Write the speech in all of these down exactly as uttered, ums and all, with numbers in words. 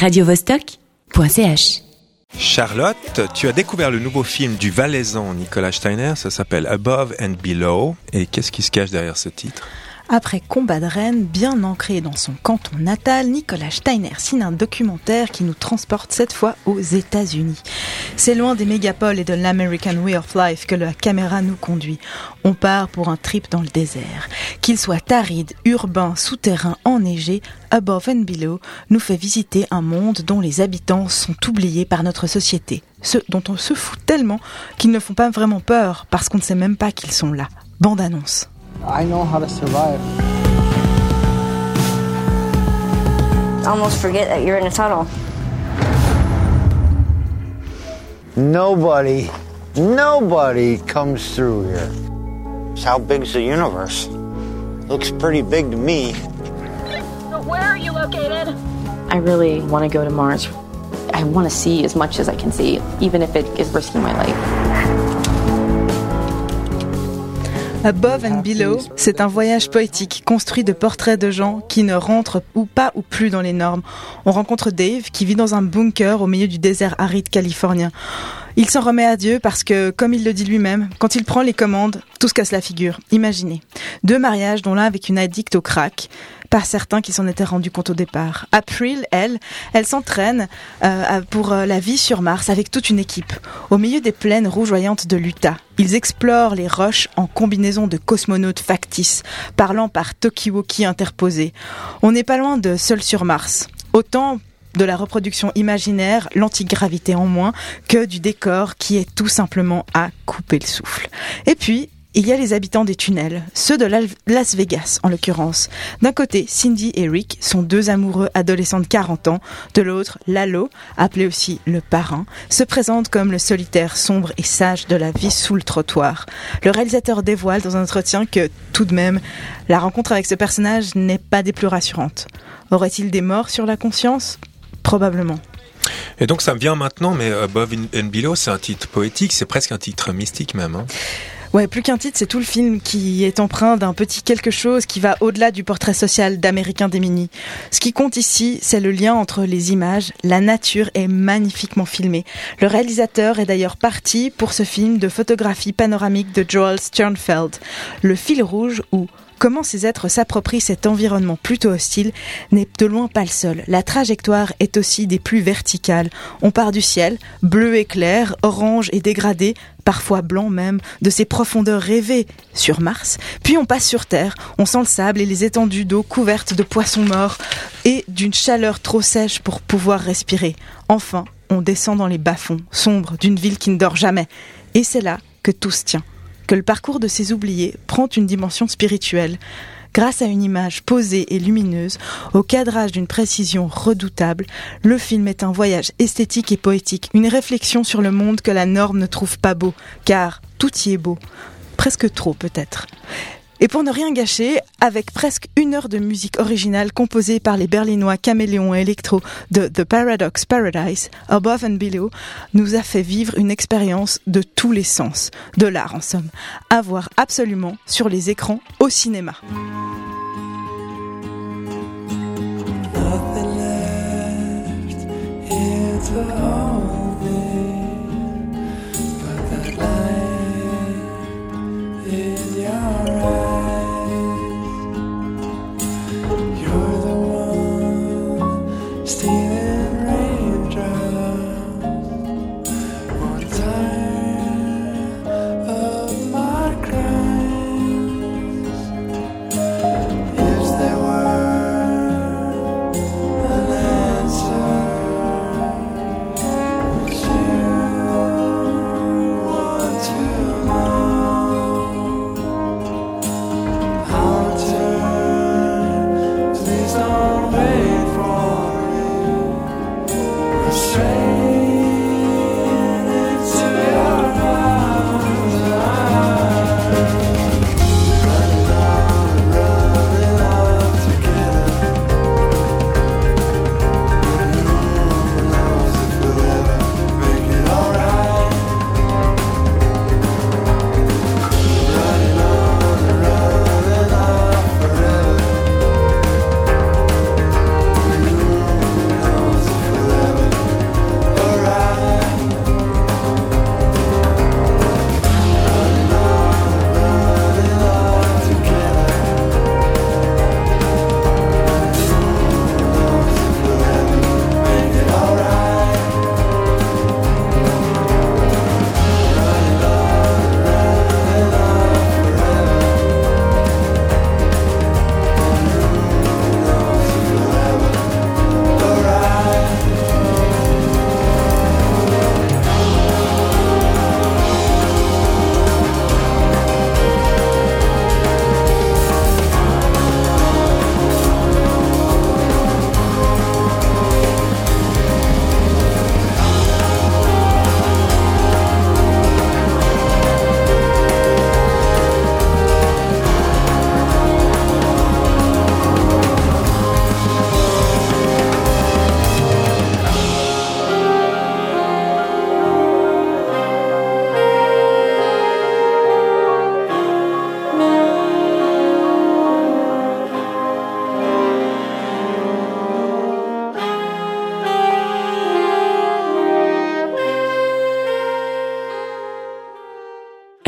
radio vostok point c h. Charlotte, tu as découvert le nouveau film du Valaisan Nicolas Steiner, ça s'appelle Above and Below. Et qu'est-ce qui se cache derrière ce titre ? Après Combat de Rennes, bien ancré dans son canton natal, Nicolas Steiner signe un documentaire qui nous transporte cette fois aux États-Unis. C'est loin des mégapoles et de l'American Way of Life que la caméra nous conduit. On part pour un trip dans le désert. Qu'il soit aride, urbain, souterrain, enneigé, Above and Below nous fait visiter un monde dont les habitants sont oubliés par notre société. Ceux dont on se fout tellement qu'ils ne font pas vraiment peur parce qu'on ne sait même pas qu'ils sont là. Bande-annonce. I know how to survive. Almost forget that you're in a tunnel. Nobody, nobody comes through here. So how big's the universe? Looks pretty big to me. So where are you located? I really want to go to Mars. I want to see as much as I can see, even if it is risking my life. Above and Below, c'est un voyage poétique construit de portraits de gens qui ne rentrent ou pas ou plus dans les normes. On rencontre Dave qui vit dans un bunker au milieu du désert aride californien. Il s'en remet à Dieu parce que, comme il le dit lui-même, quand il prend les commandes, tout se casse la figure. Imaginez. Deux mariages, dont l'un avec une addict au crack. Pas certain qu'il s'en était rendu compte au départ. April, elle, elle s'entraîne euh, pour euh, la vie sur Mars avec toute une équipe. Au milieu des plaines rougeoyantes de l'Utah, ils explorent les roches en combinaison de cosmonautes factices, parlant par talkie-walkie interposé. On n'est pas loin de Seul sur Mars. Autant de la reproduction imaginaire, l'antigravité en moins, que du décor qui est tout simplement à couper le souffle. Et puis, il y a les habitants des tunnels, ceux de Las Vegas en l'occurrence. D'un côté, Cindy et Rick sont deux amoureux adolescents de quarante ans. De l'autre, Lalo, appelé aussi le parrain, se présente comme le solitaire sombre et sage de la vie sous le trottoir. Le réalisateur dévoile dans un entretien que, tout de même, la rencontre avec ce personnage n'est pas des plus rassurantes. Aurait-il des morts sur la conscience ? Probablement. Et donc ça me vient maintenant, mais Above and Below, c'est un titre poétique, c'est presque un titre mystique même, hein. Ouais, plus qu'un titre, c'est tout le film qui est empreint d'un petit quelque chose qui va au-delà du portrait social d'Américain démuni. Ce qui compte ici, c'est le lien entre les images. La nature est magnifiquement filmée. Le réalisateur est d'ailleurs parti pour ce film de photographie panoramique de Joel Sternfeld. Le fil rouge où comment ces êtres s'approprient cet environnement plutôt hostile n'est de loin pas le seul. La trajectoire est aussi des plus verticales. On part du ciel, bleu et clair, orange et dégradé, parfois blanc même, de ces profondeurs rêvées sur Mars. Puis on passe sur Terre, on sent le sable et les étendues d'eau couvertes de poissons morts et d'une chaleur trop sèche pour pouvoir respirer. Enfin, on descend dans les bas-fonds sombres d'une ville qui ne dort jamais. Et c'est là que tout se tient. Que le parcours de ces oubliés prend une dimension spirituelle. Grâce à une image posée et lumineuse, au cadrage d'une précision redoutable, le film est un voyage esthétique et poétique, une réflexion sur le monde que la norme ne trouve pas beau, car tout y est beau. Presque trop peut-être. Et pour ne rien gâcher, avec presque une heure de musique originale composée par les Berlinois Caméléon et Electro de The Paradox Paradise, Above and Below nous a fait vivre une expérience de tous les sens, de l'art en somme, à voir absolument sur les écrans au cinéma. Nothing left here to hold me, but that light in your eyes.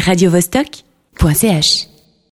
radiovostok point c h.